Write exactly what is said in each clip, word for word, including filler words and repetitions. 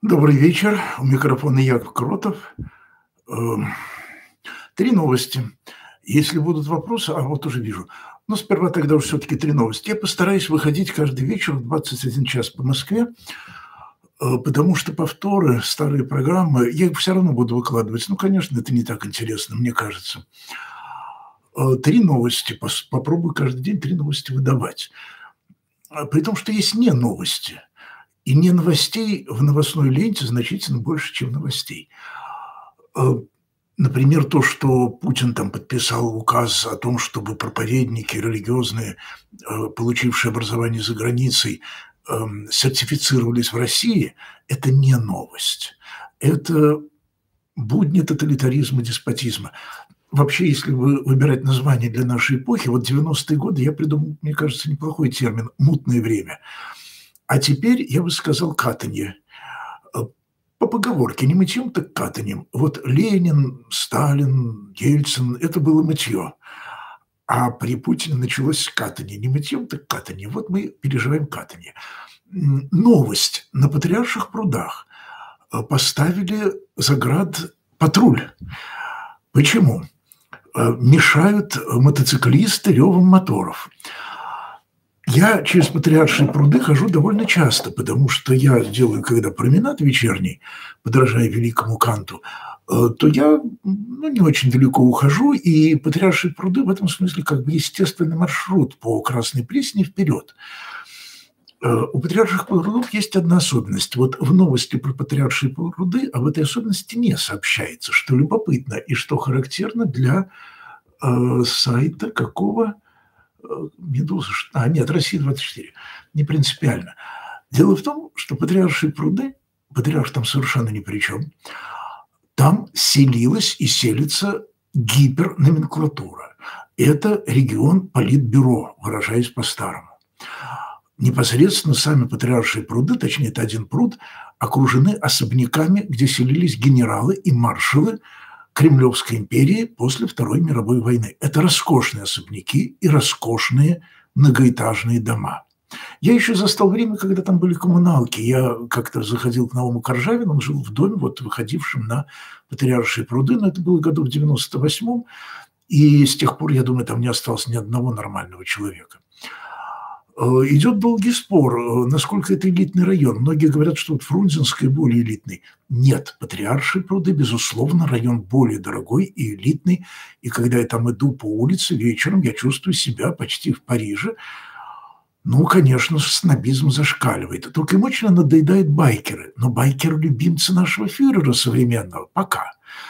Добрый вечер. У микрофона Яков Кротов. Эм, три новости. Если будут вопросы, а вот уже вижу. Но сперва тогда уж все-таки три новости. Я постараюсь выходить каждый вечер в двадцать один час по Москве, э, потому что повторы, старые программы, я их все равно буду выкладывать. Ну, конечно, это не так интересно, мне кажется. Э, Три новости. Пос- Попробую каждый день три новости выдавать. А При том, что есть не новости. И не новостей в новостной ленте значительно больше, чем новостей. Э, Например, то, что Путин там подписал указ о том, чтобы проповедники религиозные, э, получившие образование за границей, эм, сертифицировались в России, это не новость. Это будни тоталитаризма, деспотизма. Вообще, если вы выбирать название для нашей эпохи, вот девяностые годы я придумал, мне кажется, неплохой термин «мутное время». А теперь я бы сказал «катанье». Э, по поговорке: не мытьем, так катаньем. Вот Ленин, Сталин, Ельцин — это было мытье, а при Путине началось катанье. Не мытьем, так катаньем. Вот мы переживаем катанье. М, Новость: на Патриарших прудах э, поставили заградпатруль. Почему? Э, Мешают мотоциклисты ревом моторов. Я через Патриаршие пруды хожу довольно часто, потому что я делаю, когда променад вечерний, подражая великому Канту, э, то я, ну, не очень далеко ухожу, и Патриаршие пруды в этом смысле как бы естественный маршрут по Красной Пресне вперед. Э, У Патриарших прудов есть одна особенность. Вот в новости про Патриаршие пруды об этой особенности не сообщается, что любопытно и что характерно для э, сайта какого? Э, «Медуза», ш а, нет, «Россия-двадцать четыре». Не принципиально. Дело в том, что Патриаршие пруды, Патриарш там совершенно ни при чём, там селилась и селится гиперноменклатура. Это регион политбюро, выражаясь по-старому. Непосредственно сами Патриаршие пруды, точнее, это один пруд, окружены особняками, где селились генералы и маршалы Кремлевской империи после Второй мировой войны. Это роскошные особняки и роскошные многоэтажные дома. Я еще застал время, когда там были коммуналки. Я как-то заходил к Науму Коржавину, он жил в доме, вот, выходившем на Патриаршие пруды, но это было году в девяносто восьмом, и с тех пор, я думаю, там не осталось ни одного нормального человека. Э, Идет долгий спор, э, насколько это элитный район. Многие говорят, что вот Фрунзенская более элитный. Нет, Патриаршие пруды, безусловно, район более дорогой и элитный. И когда я там иду по улице вечером, я чувствую себя почти в Париже. Ну, конечно, снобизм зашкаливает. Только им очень надоедают байкеры. Но байкеры — любимцы нашего фюрера современного. Пока.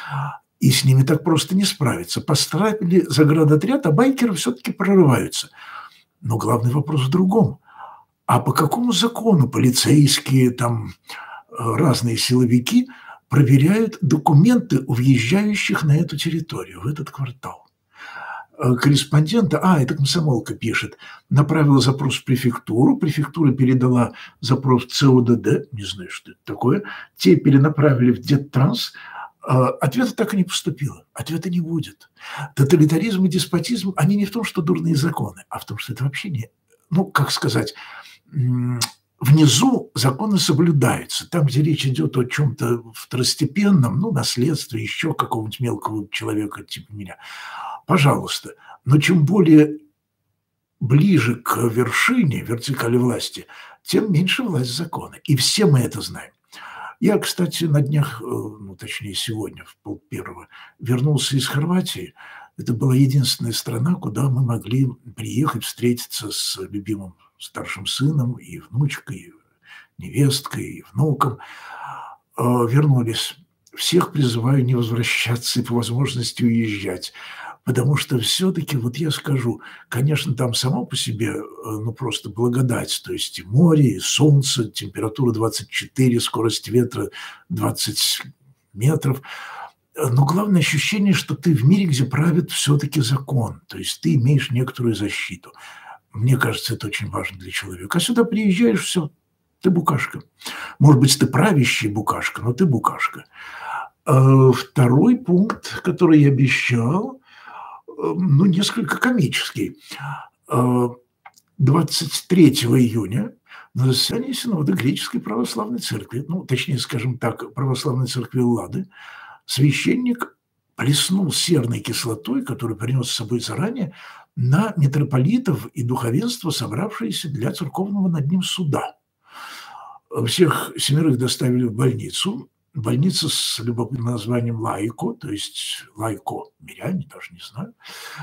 И с ними так просто не справиться. Поставили заградотряд, а байкеры все-таки прорываются. Но главный вопрос в другом. А по какому закону полицейские, там, э, разные силовики проверяют документы у въезжающих на эту территорию, в этот квартал? Э, Корреспондента, а, это комсомолка пишет, направила запрос в префектуру, префектура передала запрос в ЦОДД, не знаю, что это такое, те перенаправили в Деттранс, э, ответа так и не поступило, ответа не будет. Тоталитаризм и деспотизм, они не в том, что дурные законы, а в том, что это вообще не, ну, как сказать, м, внизу законы соблюдаются. Там, где речь идет о чем-то второстепенном, ну, наследстве, еще какого-нибудь мелкого человека типа меня, пожалуйста. Но чем более ближе к вершине вертикали власти, тем меньше власть закона. И все мы это знаем. Я, кстати, на днях, э, ну, точнее, сегодня, в полпервого, вернулся из Хорватии. Это была единственная страна, куда мы могли приехать, встретиться с любимым старшим сыном и внучкой, и невесткой, и внуком. Э, Вернулись. Всех призываю не возвращаться и по возможности уезжать. Потому что все-таки, вот я скажу, конечно, там само по себе, э, ну, просто благодать. То есть и море, и солнце, температура двадцать четыре, скорость ветра двадцать метров. Э, Но главное ощущение, что ты в мире, где правит все-таки закон. То есть ты имеешь некоторую защиту. Мне кажется, это очень важно для человека. А сюда приезжаешь, все, ты букашка. Может быть, ты правящий букашка, но ты букашка. Э, Второй пункт, который я обещал, э, ну, несколько комический. Э, двадцать третьего июня на заседании Синода Греческой Православной Церкви, ну, точнее, скажем так, Православной Церкви Эллады, священник плеснул серной кислотой, которую принес с собой заранее, на митрополитов и духовенство, собравшееся для церковного над ним суда. Всех семерых доставили в больницу. Больница с любопытным названием Лайко, то есть Лайко, миряне, даже не знаю.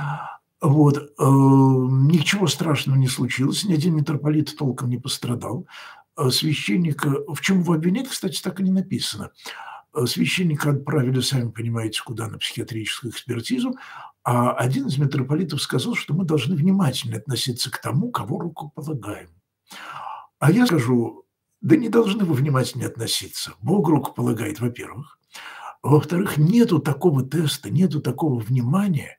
Вот. Э, ничего страшного не случилось, ни один митрополит толком не пострадал. Э, Священника, в чем его обвиняют, кстати, так и не написано. Э, Священника отправили, сами понимаете, куда, на психиатрическую экспертизу, а один из митрополитов сказал, что мы должны внимательно относиться к тому, кого рукополагаем. А я скажу, да не должны вы внимательнее относиться. Бог руку полагает, во-первых. Во-вторых, нету такого теста, нету такого внимания,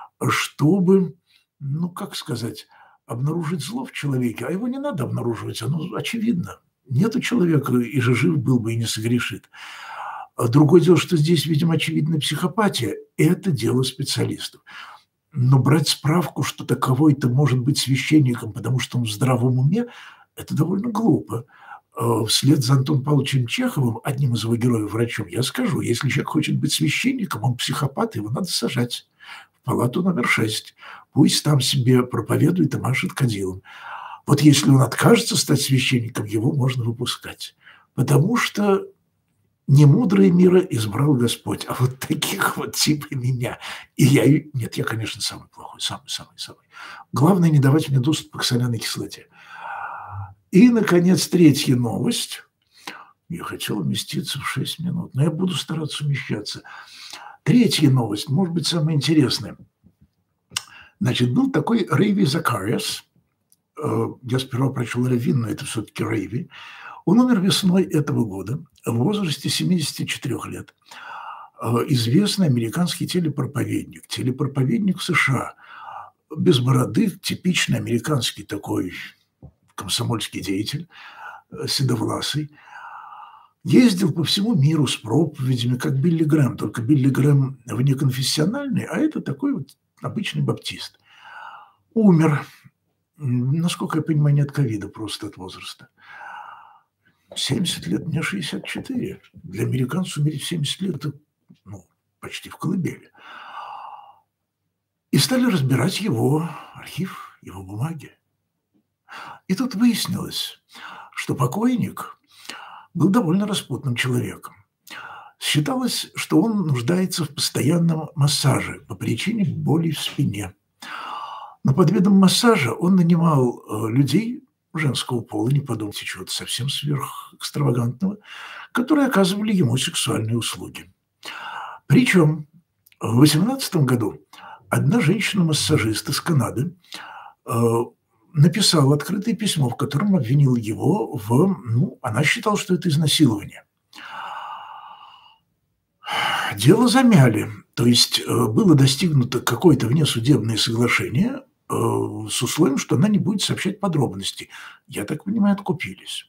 чтобы, ну, как сказать, обнаружить зло в человеке. А его не надо обнаруживать, оно очевидно. Нету человека, и же жив был бы, и не согрешит. А другое дело, что здесь, видимо, очевидная психопатия. Это дело специалистов. Но брать справку, что таковой-то может быть священником, потому что он в здравом уме, это довольно глупо. Вслед за Антоном Павловичем Чеховым, одним из его героев, врачом, я скажу, если человек хочет быть священником, он психопат, его надо сажать в палату номер шесть. Пусть там себе проповедует и машет кадилом. Вот если он откажется стать священником, его можно выпускать. Потому что не мудрые мира избрал Господь, а вот таких вот типа меня. И я... Нет, я, конечно, самый плохой, самый-самый-самый. Главное, не давать мне доступ к соляной кислоте. И, наконец, третья новость. Я хотел уместиться в шесть минут, но я буду стараться умещаться. Третья новость, может быть, самая интересная. Значит, был такой Рейви Закариас. Я сперва прочел Равин, но это все-таки Рейви. Он умер весной этого года в возрасте семидесяти четырёх лет. Известный американский телепроповедник, телепроповедник в США. Без бороды, типичный американский такой комсомольский деятель, седовласый. Ездил по всему миру с проповедями, как Билли Грэм, только Билли Грэм внеконфессиональный, а это такой вот обычный баптист. Умер, насколько я понимаю, не от ковида, просто от возраста. семьдесят лет, мне шестьдесят четыре. Для американцев умереть в семьдесят лет – это, ну, почти в колыбели. И стали разбирать его архив, его бумаги. И тут выяснилось, что покойник был довольно распутным человеком. Считалось, что он нуждается в постоянном массаже по причине боли в спине. Но под видом массажа он нанимал людей женского пола, не подумайте, чего-то совсем сверхэкстравагантного, которые оказывали ему сексуальные услуги. Причем в две тысячи восемнадцатом году одна женщина-массажист из Канады написала открытое письмо, в котором обвинила его в... Ну, она считала, что это изнасилование. Дело замяли. То есть было достигнуто какое-то внесудебное соглашение с условием, что она не будет сообщать подробности. Я так понимаю, откупились.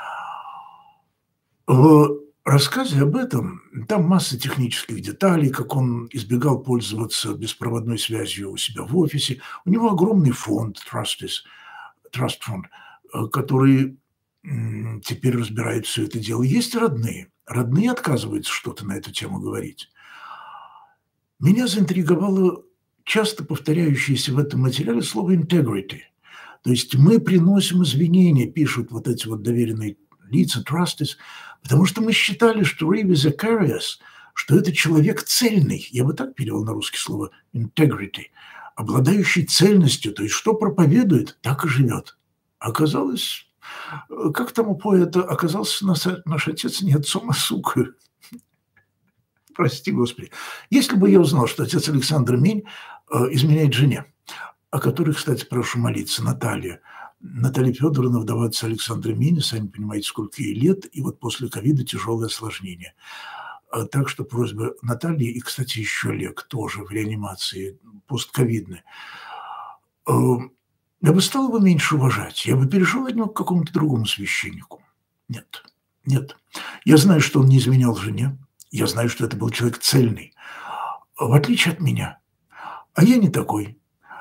В рассказе об этом там масса технических деталей, как он избегал пользоваться беспроводной связью у себя в офисе. У него огромный фонд, Trust Fund, который теперь разбирает все это дело. Есть родные. Родные отказываются что-то на эту тему говорить. Меня заинтриговало часто повторяющееся в этом материале слово integrity. То есть мы приносим извинения, пишут вот эти вот доверенные лица, trustees, потому что мы считали, что Рейви Закариас, что это человек цельный, я бы так перевел на русский слово integrity, обладающий цельностью, то есть что проповедует, так и живет. Оказалось, как там у поэта, оказался наш, наш отец не отцом, а сукой. Прости, Господи. Если бы я узнал, что отец Александр Мень э, изменяет жене, о которой, кстати, прошу молиться, Наталья. Наталья Федоровна, вдова отца Александра Меня, сами понимаете, сколько ей лет, и вот после ковида тяжелое осложнение. А, так что просьба Натальи, и, кстати, еще Олег тоже в реанимации, постковидный. Э, я бы стал его меньше уважать, я бы перешел от него к какому-то другому священнику. Нет, нет. Я знаю, что он не изменял жене. Я знаю, что это был человек цельный, в отличие от меня. А я не такой.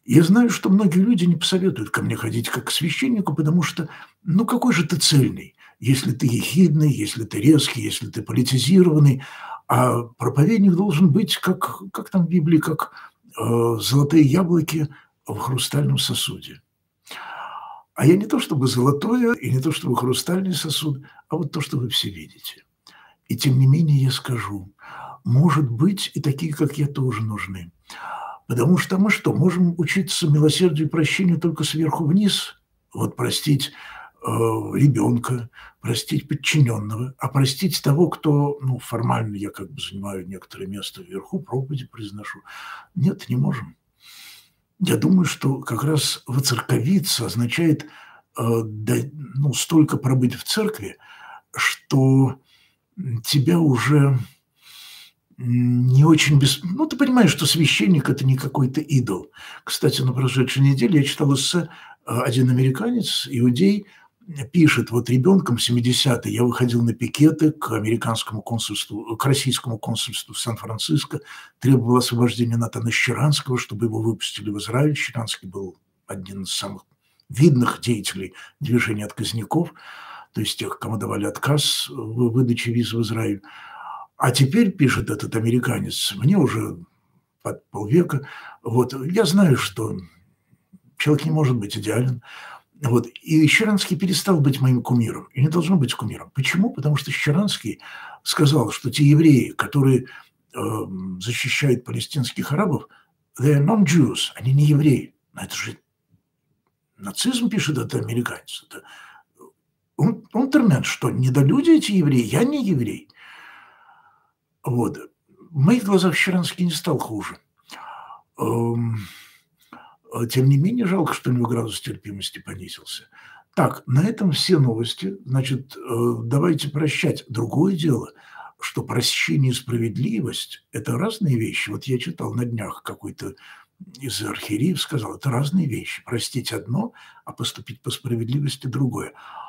Я знаю, что многие люди не посоветуют ко мне ходить как к священнику, потому что, ну, какой же ты цельный, если ты ехидный, если ты резкий, если ты политизированный, а проповедник должен быть, как, как там в Библии, как э, золотые яблоки в хрустальном сосуде. А я не то чтобы золотое и не то чтобы хрустальный сосуд, а вот то, что вы все видите. И тем не менее я скажу, может быть, и такие, как я, тоже нужны. Потому что мы что, можем учиться милосердию и прощению только сверху вниз? Вот простить э, ребенка, простить подчиненного, а простить того, кто, ну, формально я как бы занимаю некоторое место вверху, проповеди произношу. Нет, не можем. Я думаю, что как раз воцерковиться означает э, да, ну, столько пробыть в церкви, что тебя уже не очень без... Ну, ты понимаешь, что священник – это не какой-то идол. Кстати, на прошедшей неделе я читал эссе, один американец, иудей, пишет, вот ребенком в семидесятые я выходил на пикеты к американскому консульству, к российскому консульству в Сан-Франциско, требовал освобождения Натана Щеранского, чтобы его выпустили в Израиль. Щеранский был один из самых видных деятелей движения отказников, то есть тех, кому давали отказ в выдаче виз в Израиль. А теперь, пишет этот американец, мне уже под полвека, вот, я знаю, что человек не может быть идеален, вот, и Щеранский перестал быть моим кумиром, и не должно быть кумиром. Почему? Потому что Щеранский сказал, что те евреи, которые э, защищают палестинских арабов, they are non-Jews, они не евреи. Но это же нацизм, пишет этот американец. Это унтерменш, что недолюди эти евреи, я не еврей. Вот. В моих глазах Щеранский не стал хуже. Тем не менее, жалко, что у него градус терпимости понизился. Так, на этом все новости. Значит, давайте прощать. Другое дело, что прощение и справедливость – это разные вещи. Вот я читал на днях какой-то из архиереев сказал, это разные вещи. Простить одно, а поступить по справедливости другое.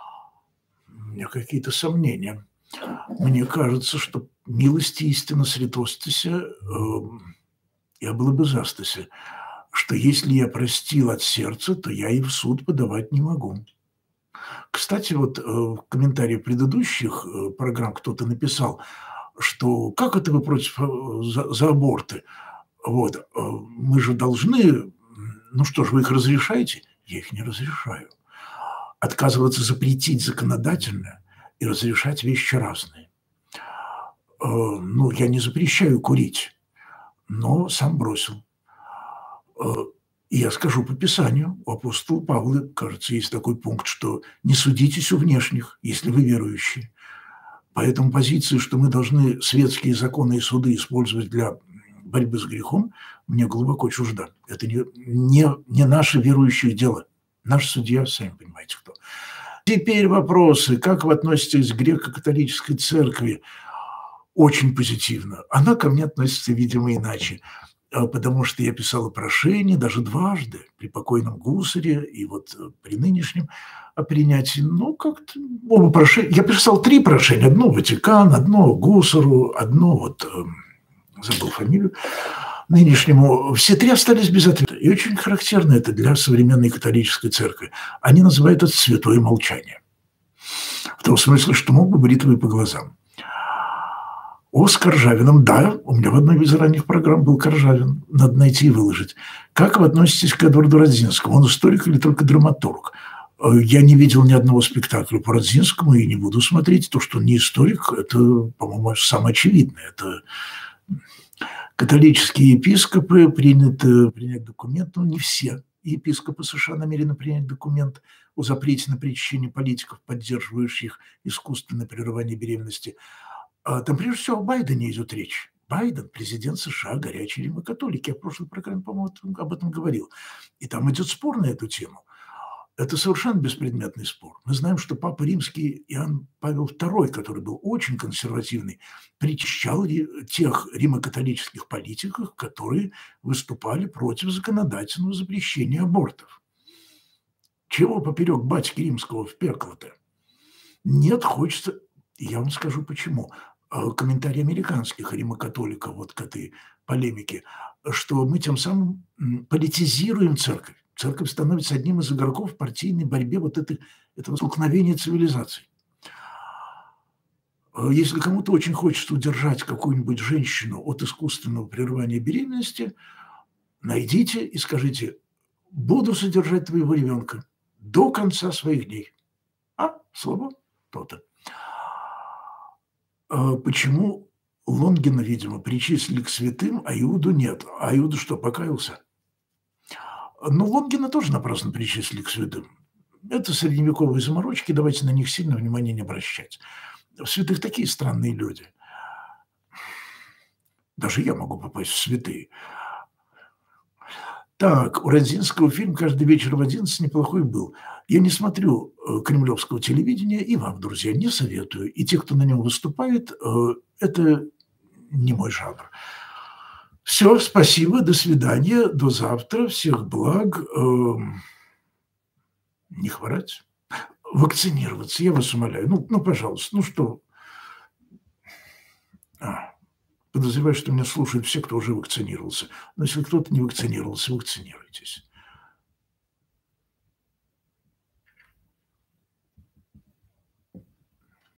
У меня какие-то сомнения. Мне кажется, что милости истина святостися, э, я был бы застася, что если я простил от сердца, то я и в суд подавать не могу. Кстати, вот э, в комментарии предыдущих э, программ кто-то написал, что как это вы против э, за, за аборты? Вот, э, мы же должны, ну что ж, вы их разрешаете? Я их не разрешаю. Отказываться запретить законодательно и разрешать вещи разные. Э, ну, я не запрещаю курить, но сам бросил. Э, и я скажу по Писанию, у апостола Павла, кажется, есть такой пункт, что не судитесь у внешних, если вы верующие. Поэтому позиция, что мы должны светские законы и суды использовать для борьбы с грехом, мне глубоко чужда. Это не, не, не наше верующих дело. Наш судья, сами понимаете, кто. Теперь вопросы. Как вы относитесь к греко-католической церкви? Очень позитивно. Она ко мне относится, видимо, иначе. Потому что я писал прошение даже дважды при покойном Гусаре и вот при нынешнем принятии. Ну, как-то оба прошения. Я писал три прошения. Одно Ватикан, одно Гусару, одно вот, забыл фамилию, нынешнему. Все три остались без ответа. И очень характерно это для современной католической церкви. Они называют это святое молчание. В том смысле, что мог бы бритвой по глазам. О, с Коржавиным, да, у меня в одной из ранних программ был Коржавин, надо найти и выложить. Как вы относитесь к Эдварду Радзинскому? Он историк или только драматург? Я не видел ни одного спектакля по Радзинскому и не буду смотреть. То, что он не историк, это, по-моему, самое очевидное. Это католические епископы приняты принять документ, но не все епископы США намерены принять документ о запрете на причащение политиков, поддерживающих искусственное прерывание беременности. Там прежде всего о Байдене идет речь. Байден, президент США, горячий римокатолик. Я в прошлой программе, по-моему, об этом говорил. И там идет спор на эту тему. Это совершенно беспредметный спор. Мы знаем, что Папа Римский Иоанн Павел второй, который был очень консервативный, причащал тех римокатолических политиков, которые выступали против законодательного запрещения абортов. Чего поперек батьки Римского в пекло-то? Нет, хочется... Я вам скажу почему. э, комментарий американских римокатоликов вот к этой полемике, что мы тем самым м, политизируем церковь. Церковь становится одним из игроков в партийной борьбе вот этой, этого столкновения цивилизаций. Э, Если кому-то очень хочется удержать какую-нибудь женщину от искусственного прерывания беременности, найдите и скажите: буду содержать твоего ребенка до конца своих дней. А, слово то-то. А почему Лонгина, видимо, причислили к святым, а Иуду нет? А Иуда что, покаялся? Ну, Лонгина тоже напрасно причислили к святым. Это средневековые заморочки, давайте на них сильно внимания не обращать. В святых такие странные люди. Даже я могу попасть в святые. Так, у Родзинского фильм «Каждый вечер в одиннадцать» неплохой был. Я не смотрю э, кремлевского телевидения, и вам, друзья, не советую. И те, кто на нем выступает, э, это не мой жанр. Все, спасибо, до свидания, до завтра, всех благ. Эм, не хворать, вакцинироваться, я вас умоляю. Ну, ну пожалуйста, ну что. А, подозреваю, что меня слушают все, кто уже вакцинировался. Но если кто-то не вакцинировался, вакцинируйтесь.